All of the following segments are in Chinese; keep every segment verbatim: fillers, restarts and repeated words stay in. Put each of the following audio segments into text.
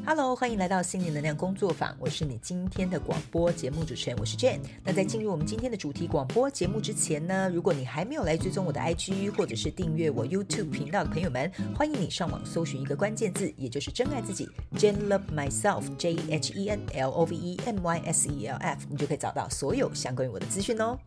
Hello， 欢迎来到心灵能量工作坊，我是你今天的广播节目主持人，我是 Jane。 那在进入我们今天的主题广播节目之前呢，如果你还没有来追踪我的 I G 或者是订阅我 YouTube 频道的朋友们，欢迎你上网搜寻一个关键字，也就是真爱自己 Jane Love Myself J H E N L O V E M Y S E L F， 你就可以找到所有相关于我的资讯哦。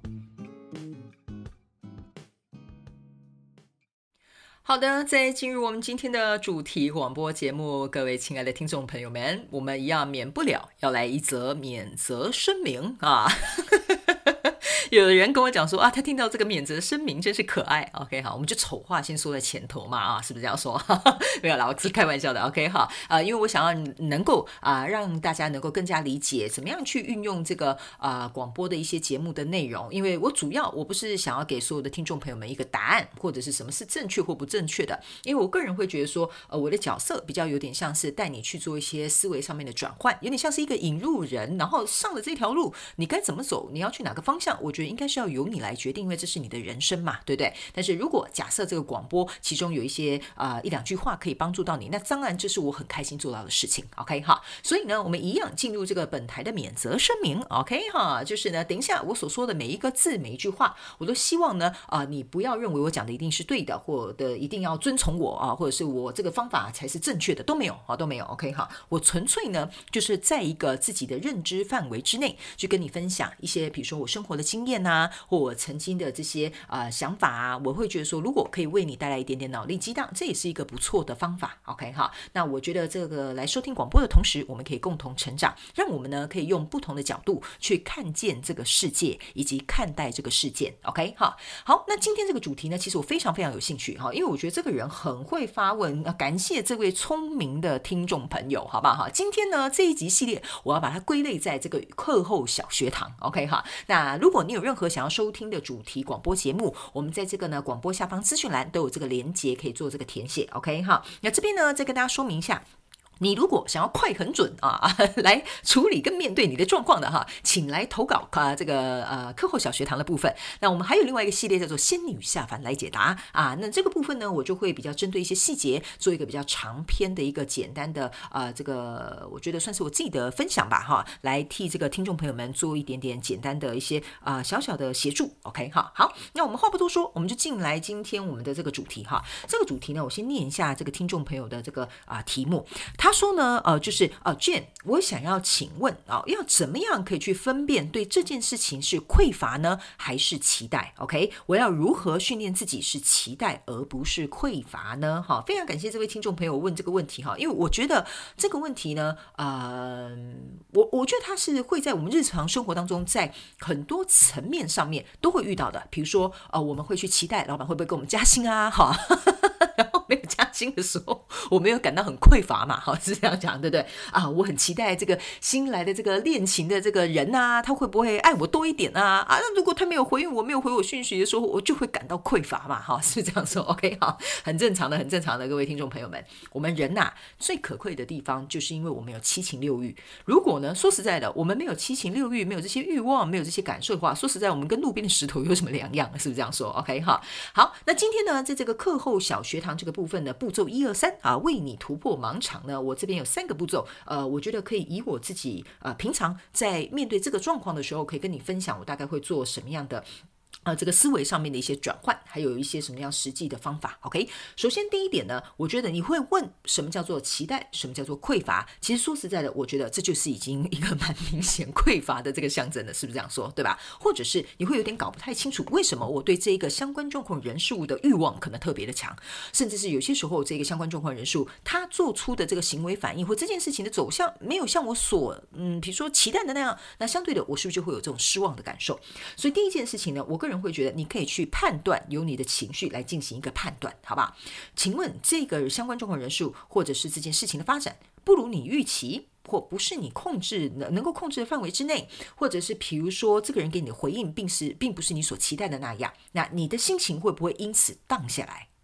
好的，在进入我们今天的主题广播节目，各位亲爱的听众朋友们，我们一样免不了要来一则免责声明啊。有的人跟我讲说啊，他听到这个免责声明真是可爱。 OK 好，我们就丑话先说在前头嘛，啊，是不是这样说？没有啦，我是开玩笑的。 OK 好，呃，因为我想要能够啊、呃、让大家能够更加理解怎么样去运用这个啊、呃、广播的一些节目的内容，因为我主要我不是想要给所有的听众朋友们一个答案或者是什么是正确或不正确的，因为我个人会觉得说呃我的角色比较有点像是带你去做一些思维上面的转换，有点像是一个引路人，然后上了这条路你该怎么走，你要去哪个方向，我觉得应该是要由你来决定，因为这是你的人生嘛，对不对？但是如果假设这个广播其中有一些呃一两句话可以帮助到你，那当然这是我很开心做到的事情。 OK 好，所以呢我们一样进入这个本台的免责声明。 OK 哈，就是呢等一下我所说的每一个字每一句话，我都希望呢啊、呃、你不要认为我讲的一定是对的，或者一定要遵从我啊，或者是我这个方法才是正确的，都没有啊，都没有。 OK 好，我纯粹呢就是在一个自己的认知范围之内去跟你分享一些比如说我生活的经验啊，或我曾经的这些、呃、想法啊，我会觉得说如果可以为你带来一点点脑力激荡，这也是一个不错的方法。 OK 好，那我觉得这个来收听广播的同时，我们可以共同成长，让我们呢可以用不同的角度去看见这个世界以及看待这个事件。 OK 好，好，那今天这个主题呢其实我非常非常有兴趣，因为我觉得这个人很会发问，感谢这位聪明的听众朋友，好不好？今天呢这一集系列我要把它归类在这个课后小学堂。 OK 好，那如果你有任何想要收听的主题广播节目，我们在这个呢广播下方资讯栏都有这个连结可以做这个填写。 OK 好，那这边呢再跟大家说明一下，你如果想要快很准啊来处理跟面对你的状况的哈，请来投稿啊这个呃课后小学堂的部分。那我们还有另外一个系列叫做仙女下凡来解答啊，那这个部分呢我就会比较针对一些细节做一个比较长篇的一个简单的呃这个我觉得算是我自己的分享吧哈，来替这个听众朋友们做一点点简单的一些呃小小的协助。 OK 好，好，那我们话不多说，我们就进来今天我们的这个主题哈。这个主题呢我先念一下这个听众朋友的这个啊、呃、题目。他说呢，呃，就是呃 Jane， 我想要请问啊、呃，要怎么样可以去分辨对这件事情是匮乏呢，还是期待 ？OK， 我要如何训练自己是期待而不是匮乏呢？哈，非常感谢这位听众朋友问这个问题哈，因为我觉得这个问题呢，呃，我我觉得它是会在我们日常生活当中，在很多层面上面都会遇到的。比如说，呃，我们会去期待老板会不会给我们加薪啊，哈。然后没有加薪的时候，我没有感到很匮乏嘛，好，是这样讲，对不对啊？我很期待这个新来的这个恋情的这个人啊，他会不会爱我多一点啊？啊，如果他没有回应我，没有回我讯息的时候，我就会感到匮乏嘛，好，是这样说 ，OK， 好，很正常的，很正常的，各位听众朋友们，我们人呐、啊、最可贵的地方，就是因为我们有七情六欲。如果呢，说实在的，我们没有七情六欲，没有这些欲望，没有这些感受的话，说实在，我们跟路边的石头有什么两样？是不是这样说 ？OK， 好，好，那今天呢，在这个课后小学堂这个部分呢，步骤一二三啊，为你突破盲场呢，我这边有三个步骤，呃，我觉得可以以我自己呃平常在面对这个状况的时候，可以跟你分享，我大概会做什么样的。呃，这个思维上面的一些转换，还有一些什么样实际的方法 OK， 首先第一点呢，我觉得你会问什么叫做期待，什么叫做匮乏，其实说实在的，我觉得这就是已经一个蛮明显匮乏的这个象征了，是不是这样说，对吧？或者是你会有点搞不太清楚，为什么我对这一个相关状况人事物的欲望可能特别的强，甚至是有些时候这个相关状况人事物他做出的这个行为反应或这件事情的走向没有像我所嗯，比如说期待的那样，那相对的我是不是就会有这种失望的感受？所以第一件事情呢，我个人会觉得你可以去判断，由你的情绪来进行一个判断，好吧？请问这个相关状况人数或者是这件事情的发展不如你预期，或不是你控制能够控制的范围之内，或者是比如说这个人给你的回应并是并不是你所期待的那样，那你的心情会不会因此荡下来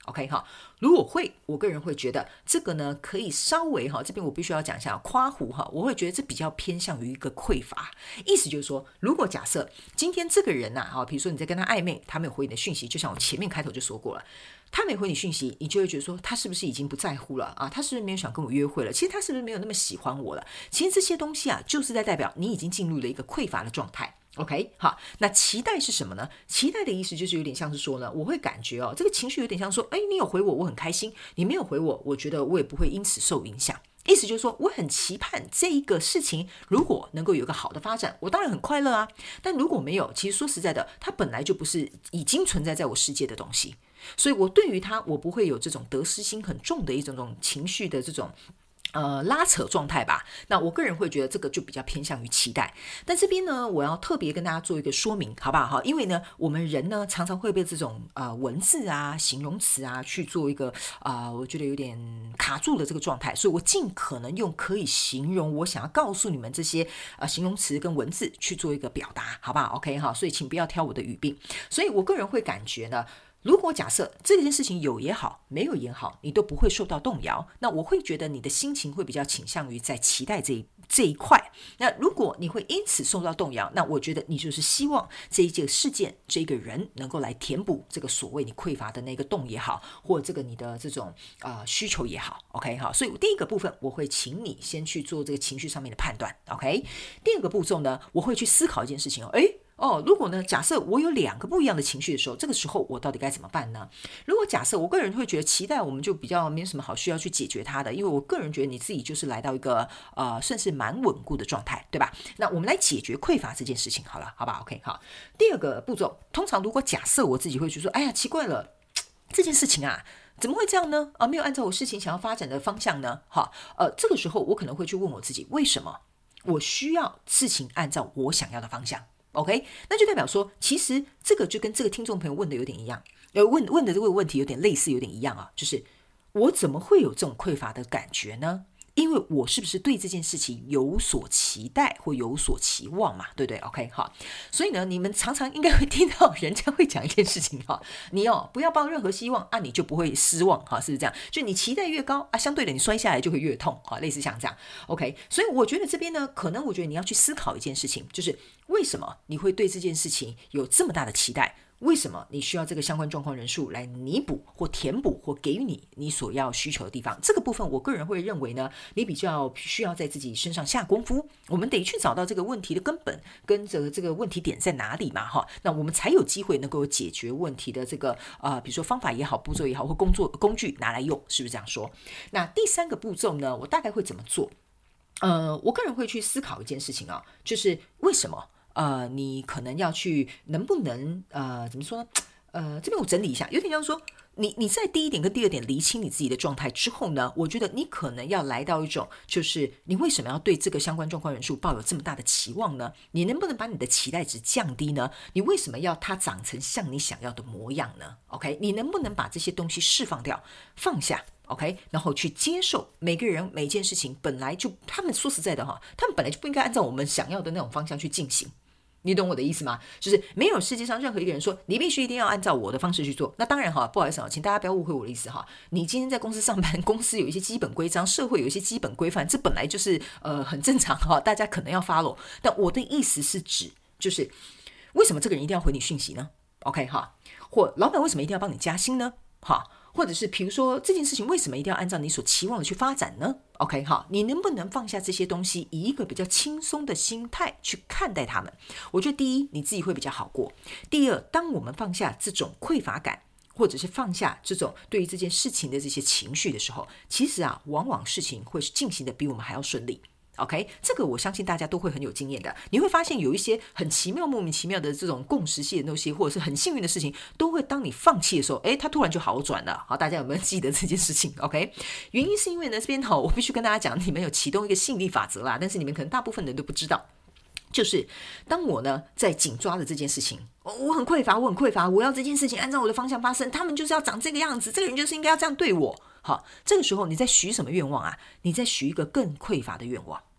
OK 哈，如果会，我个人会觉得这个呢，可以稍微哈，这边我必须要讲一下夸胡哈，我会觉得这比较偏向于一个匮乏，意思就是说，如果假设今天这个人呐、啊，哈，比如说你在跟他暧昧，他没有回你的讯息，就像我前面开头就说过了。他没回你讯息，你就会觉得说他是不是已经不在乎了啊？他是不是没有想跟我约会了？其实他是不是没有那么喜欢我了？其实这些东西啊，就是在代表你已经进入了一个匮乏的状态。OK， 好，那期待是什么呢？期待的意思就是有点像是说呢，我会感觉哦，这个情绪有点像说，哎，你有回我，我很开心；你没有回我，我觉得我也不会因此受影响。意思就是说，我很期盼这一个事情如果能够有一个好的发展，我当然很快乐啊。但如果没有，其实说实在的，它本来就不是已经存在在我世界的东西，所以我对于它，我不会有这种得失心很重的一种种情绪的这种。呃，拉扯状态吧。那我个人会觉得这个就比较偏向于期待。但这边呢，我要特别跟大家做一个说明，好不好？因为呢，我们人呢常常会被这种呃文字啊、形容词啊去做一个啊、呃，我觉得有点卡住的这个状态，所以我尽可能用可以形容我想要告诉你们这些呃形容词跟文字去做一个表达，好不好 ？OK 哈，所以请不要挑我的语病。所以我个人会感觉呢。如果假设这件事情有也好，没有也好，你都不会受到动摇，那我会觉得你的心情会比较倾向于在期待这一这一块。那如果你会因此受到动摇，那我觉得你就是希望这一件事件、这个人能够来填补这个所谓你匮乏的那个洞也好，或者这个你的这种啊、呃、需求也好。OK 好，所以第一个部分我会请你先去做这个情绪上面的判断。OK， 第二个步骤呢，我会去思考一件事情哦，诶。哦，如果呢，假设我有两个不一样的情绪的时候，这个时候我到底该怎么办呢？如果假设我个人会觉得期待，我们就比较没有什么好需要去解决它的，因为我个人觉得你自己就是来到一个呃算是蛮稳固的状态，对吧？那我们来解决匮乏这件事情好了，好吧 ？OK， 好。第二个步骤，通常如果假设我自己会去说，哎呀，奇怪了，这件事情啊。怎么会这样呢？啊，没有按照我事情想要发展的方向呢？好，呃，这个时候我可能会去问我自己，为什么我需要事情按照我想要的方向？ OK， 那就代表说，其实这个就跟这个听众朋友问的有点一样，呃，问问的这个问题有点类似，有点一样啊，就是我怎么会有这种匮乏的感觉呢？因为我是不是对这件事情有所期待或有所期望嘛，对不对 ？OK， 好，所以呢，你们常常应该会听到人家会讲一件事情哈，你哦不要抱任何希望啊，你就不会失望哈，是不是这样？就你期待越高啊，相对的你摔下来就会越痛哈，类似像这样 ，OK。所以我觉得这边呢，可能我觉得你要去思考一件事情，就是为什么你会对这件事情有这么大的期待？为什么你需要这个相关状况人数来弥补或填补或给予你你所要需求的地方？这个部分我个人会认为呢，你比较需要在自己身上下功夫。我们得去找到这个问题的根本跟这个这个问题点在哪里嘛，哈，那我们才有机会能够解决问题的这个呃，比如说方法也好，步骤也好，或工作工具拿来用，是不是这样说？那第三个步骤呢，我大概会怎么做？呃，我个人会去思考一件事情啊，就是为什么？呃，你可能要去能不能呃怎么说呢？呃，这边我整理一下，有点像说，你你在第一点跟第二点厘清你自己的状态之后呢，我觉得你可能要来到一种，就是你为什么要对这个相关状况人数抱有这么大的期望呢？你能不能把你的期待值降低呢？你为什么要它长成像你想要的模样呢 ？OK， 你能不能把这些东西释放掉，放下？ OK， 然后去接受每个人每件事情本来就，他们说实在的哈，他们本来就不应该按照我们想要的那种方向去进行。你懂我的意思吗？就是没有世界上任何一个人说你必须一定要按照我的方式去做。那当然哈，不好意思啊，请大家不要误会我的意思哈。你今天在公司上班，公司有一些基本规章，社会有一些基本规范，这本来就是呃很正常哈，大家可能要 follow。但我的意思是指，就是为什么这个人一定要回你讯息呢 ？OK 哈，或老板为什么一定要帮你加薪呢？哈。或者是比如说这件事情为什么一定要按照你所期望的去发展呢 ？OK， 好，你能不能放下这些东西，以一个比较轻松的心态去看待他们？我觉得第一，你自己会比较好过；第二，当我们放下这种匮乏感，或者是放下这种对于这件事情的这些情绪的时候，其实啊，往往事情会进行的比我们还要顺利。OK， 这个我相信大家都会很有经验的。你会发现有一些很奇妙、莫名其妙的这种共识性的东西，或者是很幸运的事情，都会当你放弃的时候，哎，它突然就好转了。好，大家有没有记得这件事情 ？OK， 原因是因为呢，这边哈，我必须跟大家讲，你们有启动一个吸引力法则啦，但是你们可能大部分人都不知道。就是当我呢在紧抓着这件事情，我很匮乏，我很匮乏，我要这件事情按照我的方向发生，他们就是要长这个样子，这个人就是应该要这样对我。好，这个时候你在许什么愿望啊？你在许一个更匮乏的愿望。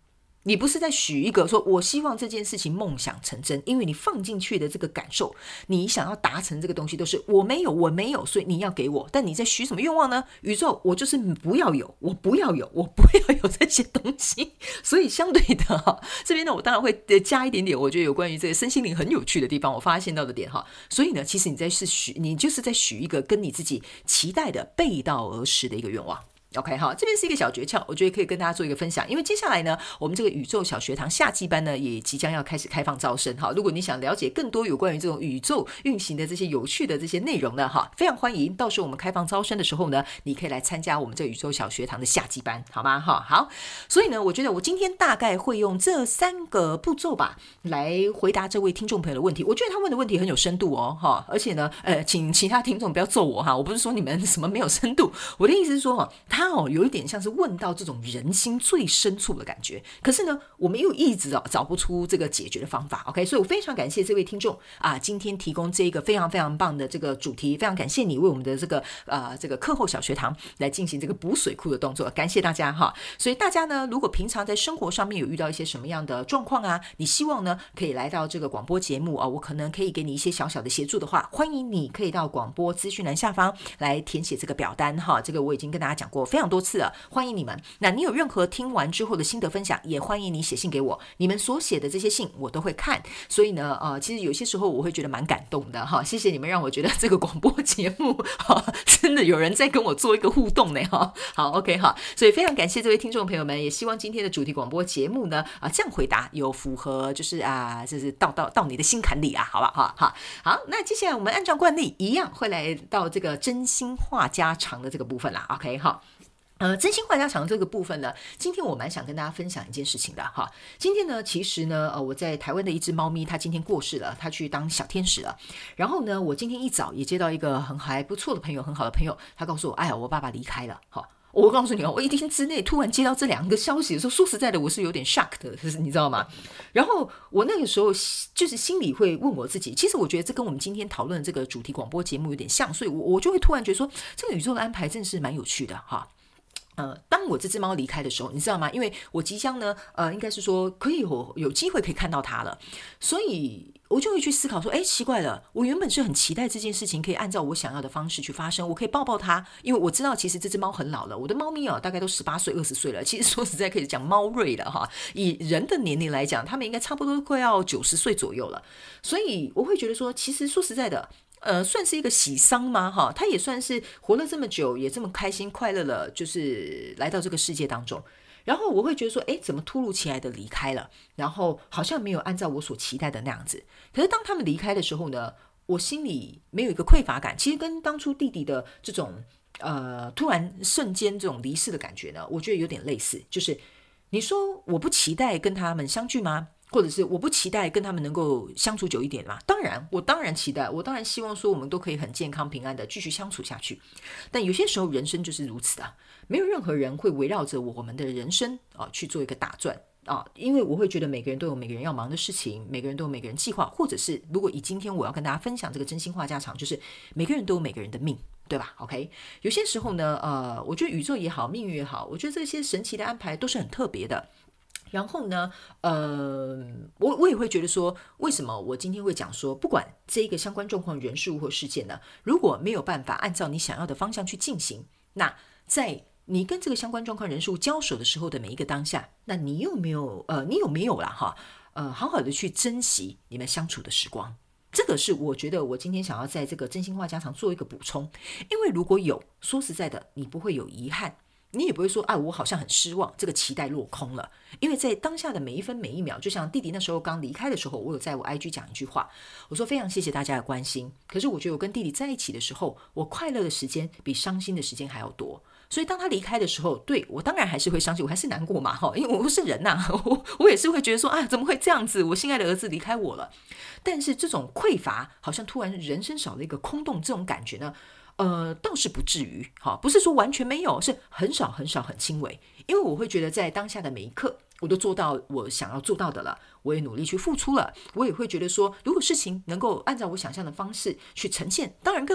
你不是在许一个说我希望这件事情梦想成真，因为你放进去的这个感受，你想要达成这个东西都是我没有我没有，所以你要给我。但你在许什么愿望呢？宇宙，我就是不要有，我不要有，我不要有这些东西。所以相对的哈，这边呢我当然会加一点点我觉得有关于这个身心灵很有趣的地方，我发现到的点哈。所以呢其实你在是许你就是在许一个跟你自己期待的背道而驰的一个愿望。OK 好，这边是一个小诀窍，我觉得可以跟大家做一个分享。因为接下来呢，我们这个宇宙小学堂夏季班呢，也即将要开始开放招生哈。如果你想了解更多有关于这种宇宙运行的这些有趣的这些内容呢，哈，非常欢迎。到时候我们开放招生的时候呢，你可以来参加我们这个宇宙小学堂的夏季班，好吗？哈，好。所以呢，我觉得我今天大概会用这三个步骤吧，来回答这位听众朋友的问题。我觉得他问的问题很有深度哦，哈，而且呢，呃，请其他听众不要揍我哈，我不是说你们什么没有深度，我的意思是说，他哦有一点像是问到这种人心最深处的感觉，可是呢我们又一直、哦、找不出这个解决的方法。 OK， 所以我非常感谢这位听众啊，今天提供这个非常非常棒的这个主题，非常感谢你为我们的这个呃这个课后小学堂来进行这个补水库的动作，感谢大家哈。所以大家呢如果平常在生活上面有遇到一些什么样的状况啊，你希望呢可以来到这个广播节目啊，我可能可以给你一些小小的协助的话，欢迎你可以到广播资讯栏下方来填写这个表单哈。这个我已经跟大家讲过非常多次了，欢迎你们。那你有任何听完之后的心得分享，也欢迎你写信给我，你们所写的这些信我都会看。所以呢呃，其实有些时候我会觉得蛮感动的哈，谢谢你们让我觉得这个广播节目哈，真的有人在跟我做一个互动呢哈。好 OK 哈，所以非常感谢这位听众朋友们，也希望今天的主题广播节目呢啊这样回答有符合就是啊就是到到到你的心坎里啊，好吧哈。好好，那接下来我们按照惯例一样会来到这个真心话家常的这个部分啦。 OK 好。呃，真心话家常这个部分呢，今天我蛮想跟大家分享一件事情的哈。今天呢，其实呢，呃，我在台湾的一只猫咪，它今天过世了，它去当小天使了。然后呢，我今天一早也接到一个很还不错的朋友，很好的朋友，他告诉我，哎呀，我爸爸离开了，哈。我告诉你哦，我一天之内突然接到这两个消息的时候，说实在的，我是有点 shock 的，你知道吗？然后我那个时候就是心里会问我自己，其实我觉得这跟我们今天讨论的这个主题广播节目有点像，所以我我就会突然觉得说，这个宇宙的安排真是蛮有趣的哈。呃，当我这只猫离开的时候，你知道吗？因为我即将呢，呃，应该是说可以有有机会可以看到它了，所以我就会去思考说，哎，奇怪了，我原本是很期待这件事情可以按照我想要的方式去发生，我可以抱抱它，因为我知道其实这只猫很老了，我的猫咪啊大概都十八岁、二十岁了，其实说实在可以讲猫瑞了哈。以人的年龄来讲，他们应该差不多快要九十岁左右了，所以我会觉得说，其实说实在的。呃，算是一个喜丧吗？哈，他也算是活了这么久，也这么开心快乐了，就是来到这个世界当中。然后我会觉得说，哎，怎么突如其来的离开了？然后好像没有按照我所期待的那样子。可是当他们离开的时候呢，我心里没有一个匮乏感，其实跟当初弟弟的这种呃突然瞬间这种离世的感觉呢，我觉得有点类似。就是你说我不期待跟他们相聚吗？或者是我不期待跟他们能够相处久一点嘛？当然，我当然期待，我当然希望说我们都可以很健康平安的继续相处下去。但有些时候人生就是如此啊，没有任何人会围绕着我们的人生啊去做一个打转啊，因为我会觉得每个人都有每个人要忙的事情，每个人都有每个人计划，或者是如果以今天我要跟大家分享这个真心话家常，就是每个人都有每个人的命。对吧 ？OK， 有些时候呢，呃，我觉得宇宙也好，命运也好，我觉得这些神奇的安排都是很特别的。然后呢，呃，我我也会觉得说，为什么我今天会讲说，不管这一个相关状况、人事物或事件呢，如果没有办法按照你想要的方向去进行，那在你跟这个相关状况、人事物交手的时候的每一个当下，那你有没有呃，你有没有啦哈，呃，好好的去珍惜你们相处的时光？这个是我觉得我今天想要在这个真心话家常做一个补充，因为如果有，说实在的，你不会有遗憾。你也不会说啊，我好像很失望，这个期待落空了。因为在当下的每一分每一秒，就像弟弟那时候刚离开的时候，我有在我 I G 讲一句话，我说非常谢谢大家的关心。可是我觉得我跟弟弟在一起的时候，我快乐的时间比伤心的时间还要多。所以当他离开的时候，对我当然还是会伤心，我还是难过嘛，因为我是人呐、啊，我我也是会觉得说啊，怎么会这样子？我心爱的儿子离开我了。但是这种匮乏，好像突然人生少了一个空洞，这种感觉呢？呃，倒是不至于，哈，不是说完全没有，是很少很少很轻微。因为我会觉得在当下的每一刻，我都做到我想要做到的了，我也努力去付出了，我也会觉得说，如果事情能够按照我想象的方式去呈现，当然更好。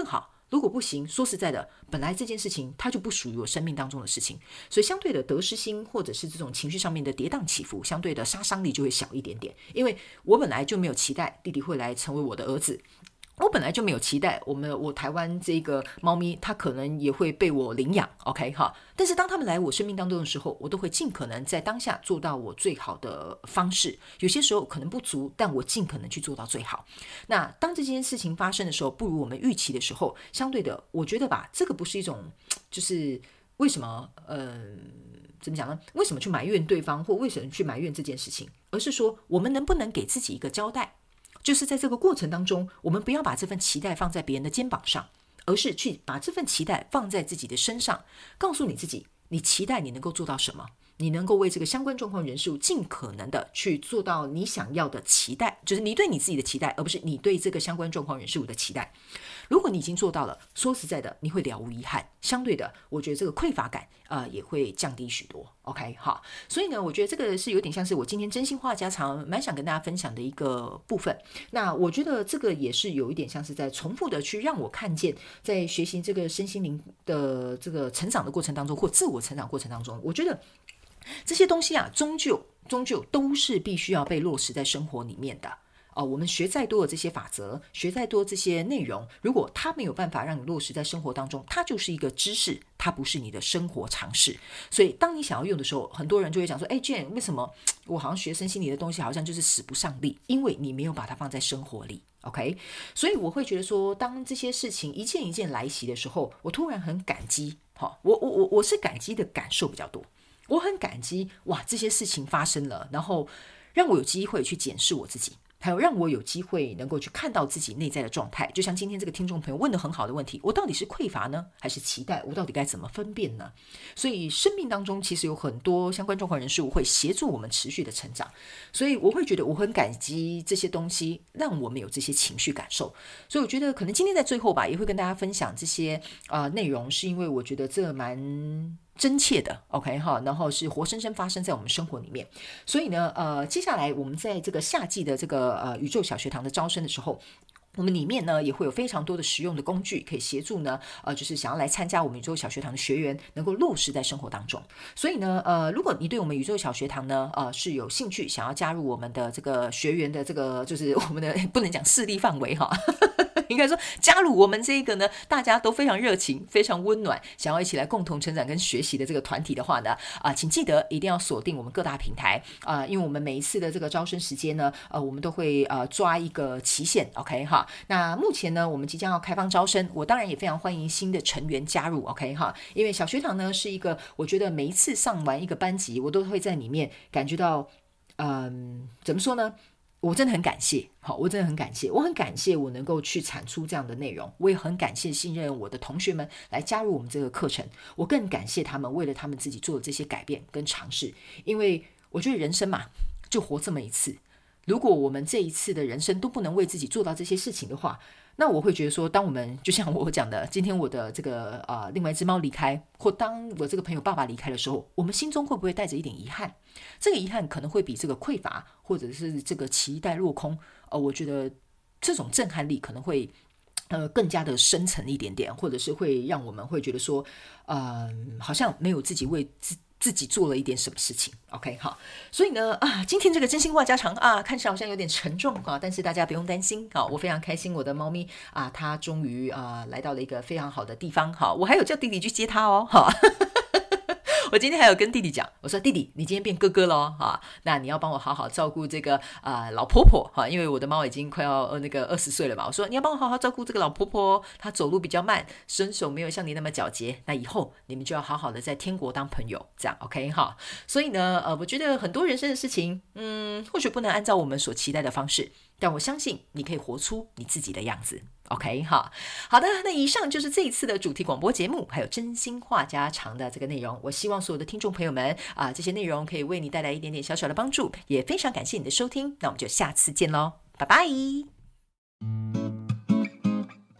如果不行，说实在的，本来这件事情它就不属于我生命当中的事情，所以相对的得失心或者是这种情绪上面的跌宕起伏，相对的杀伤力就会小一点点。因为我本来就没有期待弟弟会来成为我的儿子，我本来就没有期待我们我台湾这个猫咪它可能也会被我领养 OK 哈，但是当他们来我生命当中的时候，我都会尽可能在当下做到我最好的方式，有些时候可能不足，但我尽可能去做到最好。那当这件事情发生的时候不如我们预期的时候，相对的我觉得吧，这个不是一种就是为什么呃怎么讲呢？为什么去埋怨对方，或为什么去埋怨这件事情，而是说我们能不能给自己一个交代，就是在这个过程当中，我们不要把这份期待放在别人的肩膀上，而是去把这份期待放在自己的身上，告诉你自己，你期待你能够做到什么，你能够为这个相关状况人事物尽可能的去做到你想要的期待，就是你对你自己的期待，而不是你对这个相关状况人事物的期待。如果你已经做到了，说实在的，你会了无遗憾。相对的，我觉得这个匮乏感呃也会降低许多。OK， 好，所以呢，我觉得这个是有点像是我今天真心话家常蛮想跟大家分享的一个部分。那我觉得这个也是有一点像是在重复的去让我看见，在学习这个身心灵的这个成长的过程当中，或自我成长过程当中，我觉得这些东西啊，终究终究都是必须要被落实在生活里面的。哦，我们学再多的这些法则，学再多这些内容，如果它没有办法让你落实在生活当中，它就是一个知识，它不是你的生活常识。所以当你想要用的时候，很多人就会讲说，哎 Jane， 为什么我好像学身心灵的东西好像就是使不上力？因为你没有把它放在生活里。OK， 所以我会觉得说，当这些事情一件一件来袭的时候，我突然很感激。好，我我我我是感激的感受比较多，我很感激哇，这些事情发生了，然后让我有机会去检视我自己。还有让我有机会能够去看到自己内在的状态，就像今天这个听众朋友问的很好的问题，我到底是匮乏呢，还是期待？我到底该怎么分辨呢？所以生命当中其实有很多相关状况人事物会协助我们持续的成长，所以我会觉得我很感激这些东西，让我们有这些情绪感受。所以我觉得可能今天在最后吧，也会跟大家分享这些呃内容，是因为我觉得这蛮真切的 OK 哈，然后是活生生发生在我们生活里面。所以呢呃，接下来我们在这个夏季的这个呃宇宙小学堂的招生的时候，我们里面呢也会有非常多的实用的工具，可以协助呢，呃，就是想要来参加我们宇宙小学堂的学员能够落实在生活当中。所以呢，呃，如果你对我们宇宙小学堂呢，呃，是有兴趣，想要加入我们的这个学员的这个，就是我们的不能讲势力范围哈。应该说加入我们这个呢大家都非常热情非常温暖想要一起来共同成长跟学习的这个团体的话呢啊、呃，请记得一定要锁定我们各大平台啊、呃，因为我们每一次的这个招生时间呢呃，我们都会呃抓一个期限 OK 哈。那目前呢我们即将要开放招生，我当然也非常欢迎新的成员加入 OK 哈，因为小学堂呢是一个我觉得每一次上完一个班级我都会在里面感觉到嗯，怎么说呢，我真的很感谢，好，我真的很感谢，我很感谢我能够去产出这样的内容，我也很感谢信任我的同学们来加入我们这个课程，我更感谢他们为了他们自己做的这些改变跟尝试，因为我觉得人生嘛，就活这么一次，如果我们这一次的人生都不能为自己做到这些事情的话，那我会觉得说，当我们就像我讲的，今天我的这个呃另外一只猫离开，或当我这个朋友爸爸离开的时候，我们心中会不会带着一点遗憾？这个遗憾可能会比这个匮乏或者是这个期待落空，呃，我觉得这种震撼力可能会呃更加的深层一点点，或者是会让我们会觉得说，呃，好像没有自己为自自己做了一点什么事情 OK 好，所以呢啊，今天这个真心话家常啊，看起来好像有点沉重啊，但是大家不用担心啊，我非常开心我的猫咪啊，它终于啊来到了一个非常好的地方，好，我还有叫弟弟去接它哦，好我今天还有跟弟弟讲，我说弟弟你今天变哥哥咯，哈，那你要帮我好好照顾这个、呃、老婆婆，哈，因为我的猫已经快要、呃、那个二十岁了嘛，我说你要帮我好好照顾这个老婆婆，她走路比较慢，身手没有像你那么矫捷，那以后你们就要好好的在天国当朋友，这样 OK 哈。所以呢呃，我觉得很多人生的事情嗯，或许不能按照我们所期待的方式，但我相信你可以活出你自己的样子OK 哈，好的，那以上就是这一次的主题广播节目，还有真心话家常的这个内容。我希望所有的听众朋友们啊、呃，这些内容可以为你带来一点点小小的帮助，也非常感谢你的收听。那我们就下次见咯，拜拜。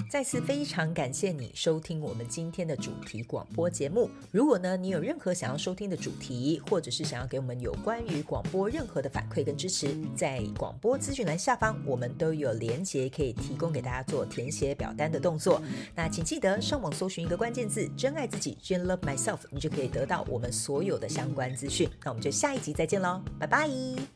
再次非常感谢你收听我们今天的主题广播节目。如果呢你有任何想要收听的主题，或者是想要给我们有关于广播任何的反馈跟支持，在广播资讯栏下方我们都有连结可以提供给大家做填写表单的动作。那请记得上网搜寻一个关键字真爱自己 Jen Love Myself， 你就可以得到我们所有的相关资讯。那我们就下一集再见咯，拜拜。